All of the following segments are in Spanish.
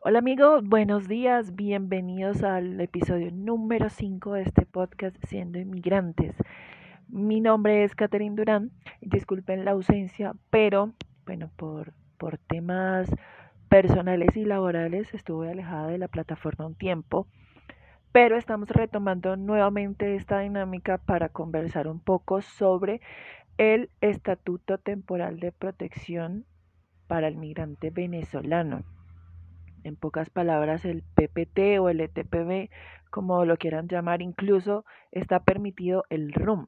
Hola amigos, buenos días, bienvenidos al episodio número 5 de este podcast Siendo Inmigrantes. Mi nombre es Catherine Durán, disculpen la ausencia, pero bueno, por temas personales y laborales estuve alejada de la plataforma un tiempo, pero estamos retomando nuevamente esta dinámica para conversar un poco sobre el Estatuto Temporal de Protección para el Migrante Venezolano. En pocas palabras, el PPT o el ETPB, como lo quieran llamar, incluso está permitido el RUM.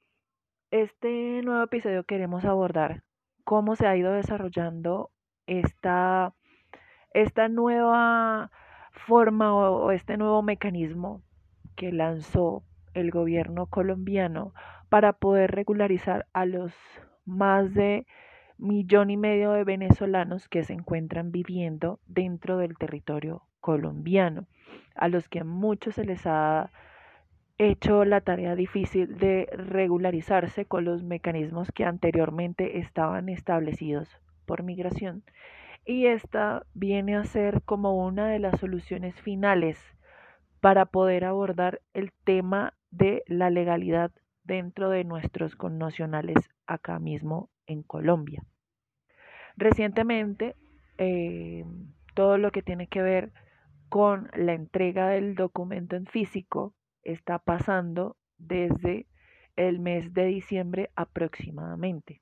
Este nuevo episodio queremos abordar cómo se ha ido desarrollando esta, esta nueva forma o este nuevo mecanismo que lanzó el gobierno colombiano para poder regularizar a los más de 1,5 millones de venezolanos que se encuentran viviendo dentro del territorio colombiano, a los que a muchos se les ha hecho la tarea difícil de regularizarse con los mecanismos que anteriormente estaban establecidos por migración. Y esta viene a ser como una de las soluciones finales para poder abordar el tema de la legalidad dentro de nuestros connacionales acá mismo en Colombia. Recientemente, eh, todo lo que tiene que ver con la entrega del documento en físico está pasando desde el mes de diciembre aproximadamente.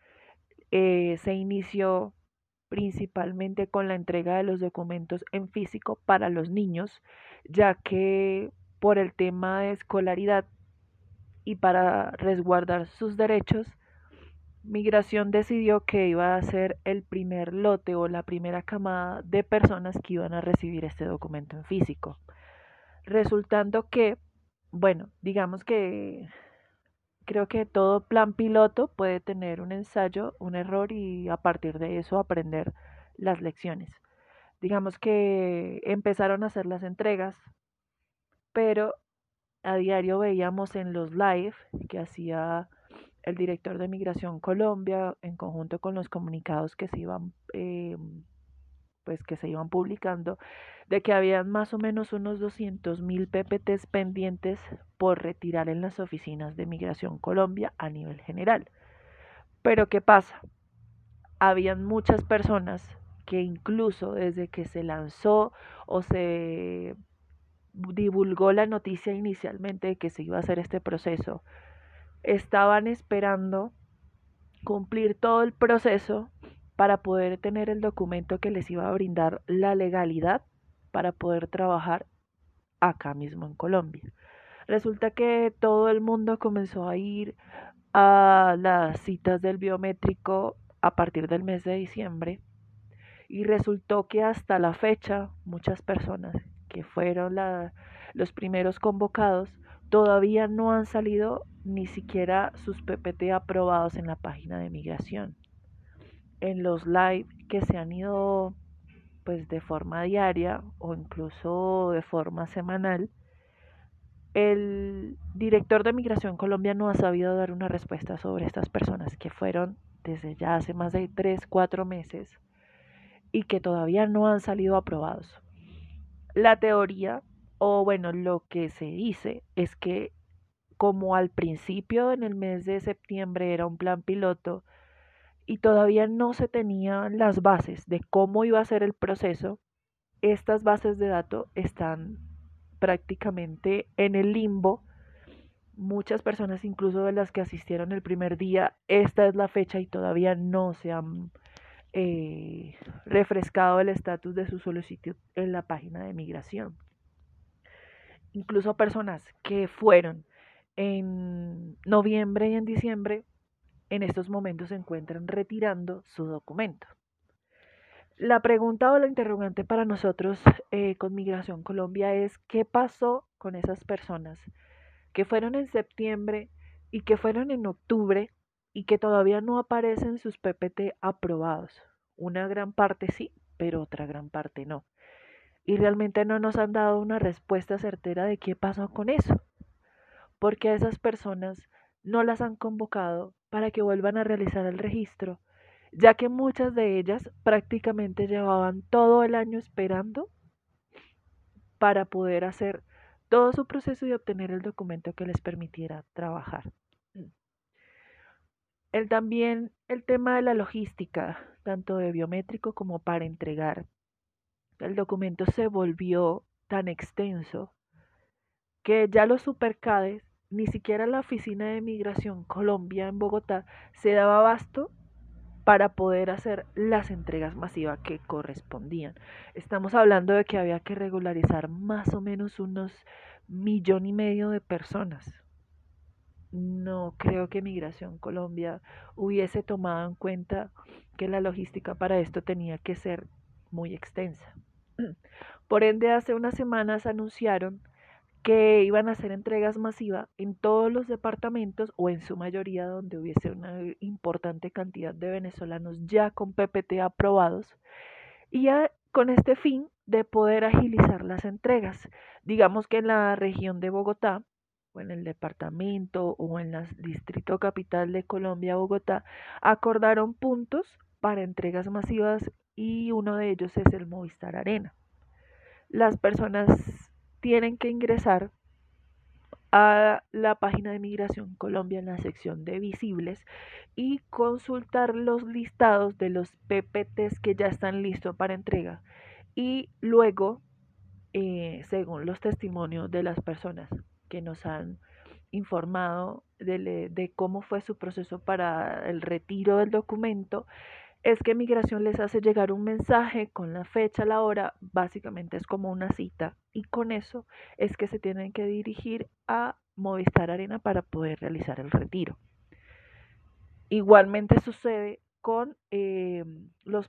Se inició principalmente con la entrega de los documentos en físico para los niños, ya que por el tema de escolaridad y para resguardar sus derechos, Migración decidió que iba a ser el primer lote o la primera camada de personas que iban a recibir este documento en físico. Resultando que, bueno, digamos que creo que todo plan piloto puede tener un ensayo, un error y a partir de eso aprender las lecciones. Digamos que empezaron a hacer las entregas, pero a diario veíamos en los live que hacía el director de Migración Colombia en conjunto con los comunicados que se iban pues que se iban publicando de que habían más o menos unos 200.000 PPTs pendientes por retirar en las oficinas de Migración Colombia a nivel general. Pero ¿qué pasa? Habían muchas personas que incluso desde que se lanzó o se divulgó la noticia inicialmente de que se iba a hacer este proceso, estaban esperando cumplir todo el proceso para poder tener el documento que les iba a brindar la legalidad para poder trabajar acá mismo en Colombia. Resulta que todo el mundo comenzó a ir a las citas del biométrico a partir del mes de diciembre y resultó que hasta la fecha muchas personas que fueron los primeros convocados todavía no han salido ni siquiera sus PPT aprobados en la página de migración. En los live que se han ido pues de forma diaria o incluso de forma semanal, el director de Migración Colombia no ha sabido dar una respuesta sobre estas personas que fueron desde ya hace más de 3, 4 meses y que todavía no han salido aprobados. La teoría, o bueno, lo que se dice es que como al principio en el mes de septiembre era un plan piloto y todavía no se tenían las bases de cómo iba a ser el proceso, estas bases de datos están prácticamente en el limbo. Muchas personas, incluso de las que asistieron el primer día, esta es la fecha y todavía no se han refrescado el estatus de su solicitud en la página de migración. Incluso personas que fueron en noviembre y en diciembre, en estos momentos se encuentran retirando su documento. La pregunta o la interrogante para nosotros con Migración Colombia es ¿qué pasó con esas personas que fueron en septiembre y que fueron en octubre y que todavía no aparecen sus PPT aprobados? Una gran parte sí, pero otra gran parte no. Y realmente no nos han dado una respuesta certera de qué pasó con eso, porque a esas personas no las han convocado para que vuelvan a realizar el registro ya que muchas de ellas prácticamente llevaban todo el año esperando para poder hacer todo su proceso y obtener el documento que les permitiera trabajar. También el tema de la logística, tanto de biométrico como para entregar. El documento se volvió tan extenso que ya los supercades, ni siquiera la Oficina de Migración Colombia en Bogotá, se daba abasto para poder hacer las entregas masivas que correspondían. Estamos hablando de que había que regularizar más o menos unos 1,5 millones de personas. No creo que Migración Colombia hubiese tomado en cuenta que la logística para esto tenía que ser muy extensa. Por ende, hace unas semanas anunciaron que iban a hacer entregas masivas en todos los departamentos o en su mayoría donde hubiese una importante cantidad de venezolanos ya con PPT aprobados y ya con este fin de poder agilizar las entregas. Digamos que en la región de Bogotá o en el departamento o en el distrito capital de Colombia, Bogotá, acordaron puntos para entregas masivas y uno de ellos es el Movistar Arena. Las personas tienen que ingresar a la página de Migración Colombia en la sección de visibles y consultar los listados de los PPTs que ya están listos para entrega y luego, según los testimonios de las personas que nos han informado de cómo fue su proceso para el retiro del documento, es que Migración les hace llegar un mensaje con la fecha, la hora, básicamente es como una cita y con eso es que se tienen que dirigir a Movistar Arena para poder realizar el retiro. Igualmente sucede con los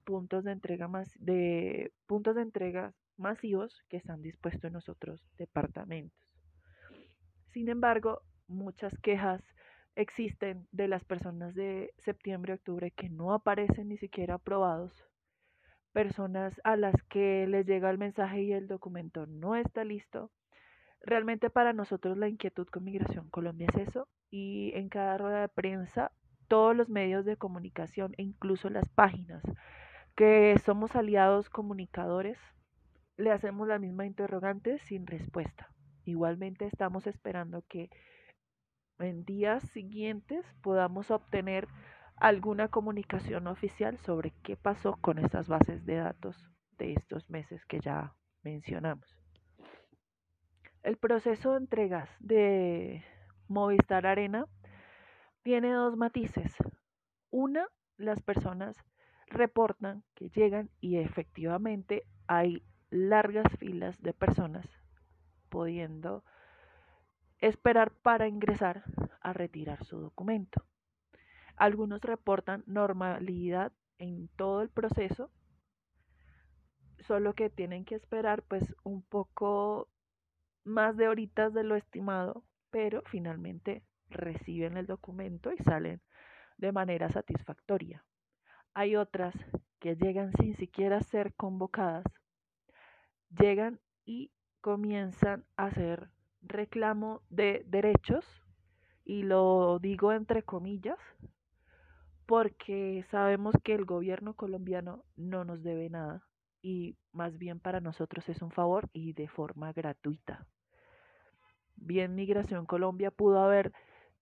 puntos de entrega masivos que están dispuestos en los otros departamentos. Sin embargo, muchas quejas existen de las personas de septiembre, octubre que no aparecen ni siquiera aprobados, personas a las que les llega el mensaje y el documento no está listo. Realmente para nosotros la inquietud con Migración Colombia es eso y en cada rueda de prensa todos los medios de comunicación e incluso las páginas que somos aliados comunicadores le hacemos la misma interrogante sin respuesta. Igualmente estamos esperando que en días siguientes podamos obtener alguna comunicación oficial sobre qué pasó con estas bases de datos de estos meses que ya mencionamos. El proceso de entregas de Movistar Arena tiene dos matices. Una, las personas reportan que llegan y efectivamente hay largas filas de personas pudiendo esperar para ingresar a retirar su documento. Algunos reportan normalidad en todo el proceso, solo que tienen que esperar pues un poco más de horitas de lo estimado, pero finalmente reciben el documento y salen de manera satisfactoria. Hay otras que llegan sin siquiera ser convocadas, llegan y comienzan a hacer reclamo de derechos, y lo digo entre comillas, porque sabemos que el gobierno colombiano no nos debe nada y más bien para nosotros es un favor y de forma gratuita. Bien, Migración Colombia pudo haber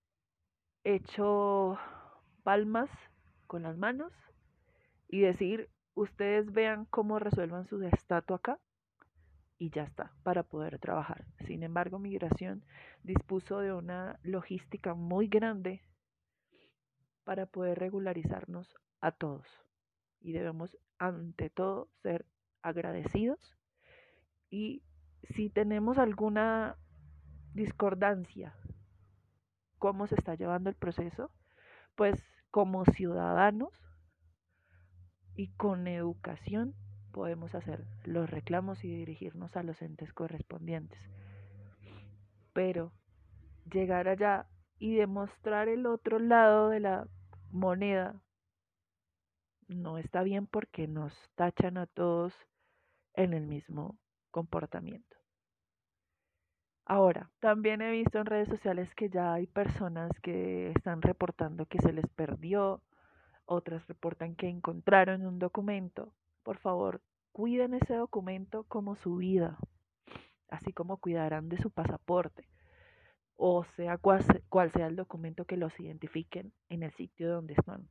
hecho palmas con las manos y decir, ustedes vean cómo resuelvan su estatus acá y ya está, para poder trabajar. Sin embargo, Migración dispuso de una logística muy grande para poder regularizarnos a todos. Y debemos, ante todo, ser agradecidos. Y si tenemos alguna discordancia, cómo se está llevando el proceso, pues como ciudadanos y con educación podemos hacer los reclamos y dirigirnos a los entes correspondientes. Pero llegar allá y demostrar el otro lado de la moneda no está bien porque nos tachan a todos en el mismo comportamiento. Ahora, también he visto en redes sociales que ya hay personas que están reportando que se les perdió otras reportan que encontraron un documento. Por favor, cuiden ese documento como su vida, así como cuidarán de su pasaporte, o sea, cual sea el documento que los identifiquen en el sitio donde están.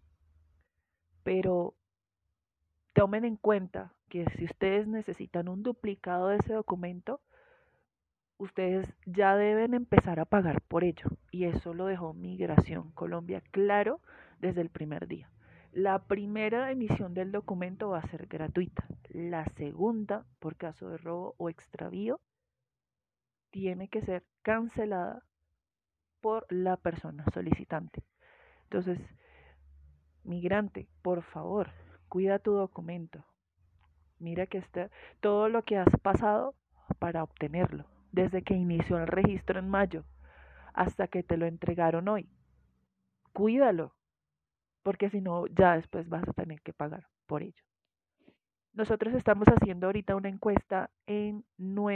Pero tomen en cuenta que si ustedes necesitan un duplicado de ese documento, ustedes ya deben empezar a pagar por ello. Y eso lo dejó Migración Colombia claro desde el primer día. La primera emisión del documento va a ser gratuita. La segunda, por caso de robo o extravío, tiene que ser cancelada por la persona solicitante. Entonces, migrante, por favor, cuida tu documento. Mira que todo lo que has pasado para obtenerlo, desde que inició el registro en mayo hasta que te lo entregaron hoy. Cuídalo, porque si no, ya después vas a tener que pagar por ello. Nosotros estamos haciendo ahorita una encuesta en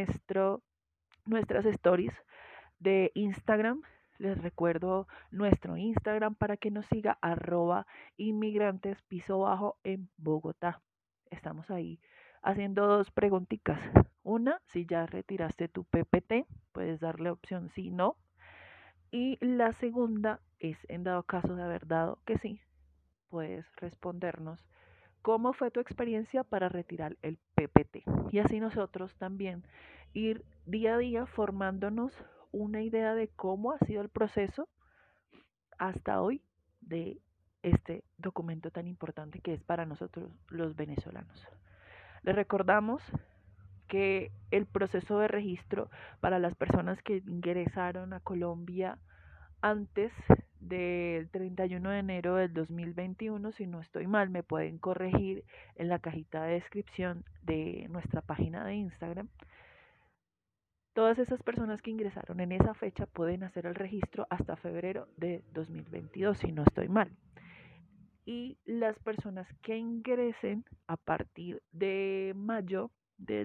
nuestras stories de Instagram. Les recuerdo nuestro Instagram para que nos siga @inmigrantes en Bogotá. Estamos ahí haciendo dos preguntitas. Una, si ya retiraste tu PPT, puedes darle opción sí, no. Y la segunda es, en dado caso de haber dado que sí, puedes respondernos cómo fue tu experiencia para retirar el PPT. Y así nosotros también ir día a día formándonos una idea de cómo ha sido el proceso hasta hoy de este documento tan importante que es para nosotros los venezolanos. Les recordamos que el proceso de registro para las personas que ingresaron a Colombia antes del 31 de enero del 2021, si no estoy mal, me pueden corregir en la cajita de descripción de nuestra página de Instagram. Todas esas personas que ingresaron en esa fecha pueden hacer el registro hasta febrero de 2022, si no estoy mal. Y las personas que ingresen a partir de mayo de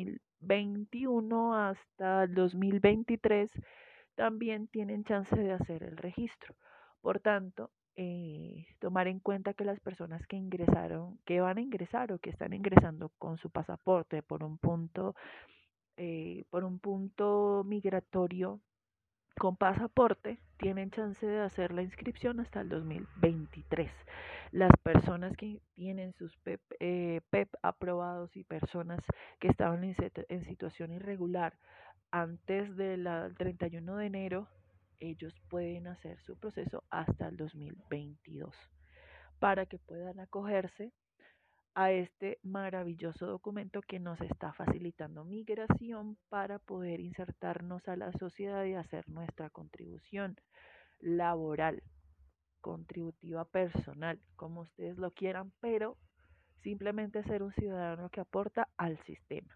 2021 hasta el 2023 también tienen chance de hacer el registro. Por tanto, tomar en cuenta que las personas que ingresaron, que van a ingresar o que están ingresando con su pasaporte por un punto migratorio con pasaporte, tienen chance de hacer la inscripción hasta el 2023. Las personas que tienen sus PEP aprobados y personas que estaban en situación irregular antes del 31 de enero, ellos pueden hacer su proceso hasta el 2022 para que puedan acogerse a este maravilloso documento que nos está facilitando migración para poder insertarnos a la sociedad y hacer nuestra contribución laboral, contributiva personal, como ustedes lo quieran, pero simplemente ser un ciudadano que aporta al sistema.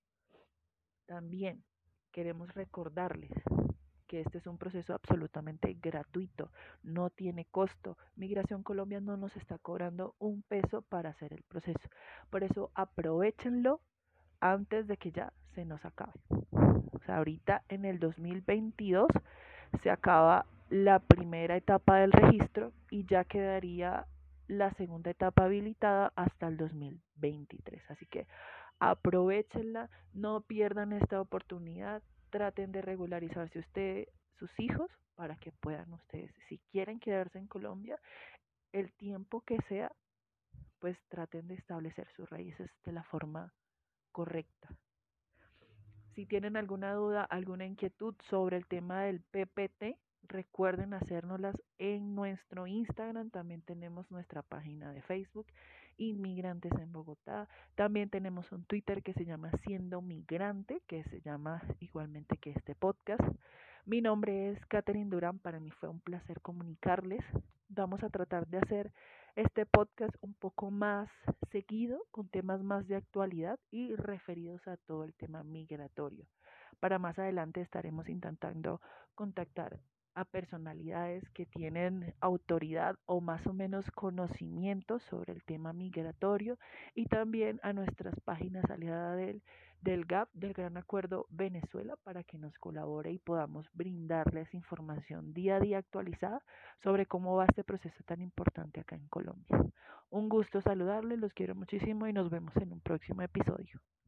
También queremos recordarles que este es un proceso absolutamente gratuito, no tiene costo. Migración Colombia no nos está cobrando un peso para hacer el proceso. Por eso aprovechenlo antes de que ya se nos acabe. O sea, ahorita en el 2022 se acaba la primera etapa del registro y ya quedaría la segunda etapa habilitada hasta el 2023. Así que aprovechenla, no pierdan esta oportunidad, traten de regularizarse ustedes, sus hijos, para que puedan ustedes, si quieren quedarse en Colombia, el tiempo que sea, pues traten de establecer sus raíces de la forma correcta. Si tienen alguna duda, alguna inquietud sobre el tema del PPT, recuerden hacérnoslas en nuestro Instagram. También tenemos nuestra página de Facebook, Inmigrantes en Bogotá. También tenemos un Twitter que se llama Siendo Migrante, que se llama igualmente que este podcast. Mi nombre es Catherine Durán. Para mí fue un placer comunicarles. Vamos a tratar de hacer este podcast un poco más seguido, con temas más de actualidad y referidos a todo el tema migratorio. Para más adelante estaremos intentando contactar a personalidades que tienen autoridad o más o menos conocimiento sobre el tema migratorio y también a nuestras páginas aliadas del GAP, del Gran Acuerdo Venezuela, para que nos colabore y podamos brindarles información día a día actualizada sobre cómo va este proceso tan importante acá en Colombia. Un gusto saludarles, los quiero muchísimo y nos vemos en un próximo episodio.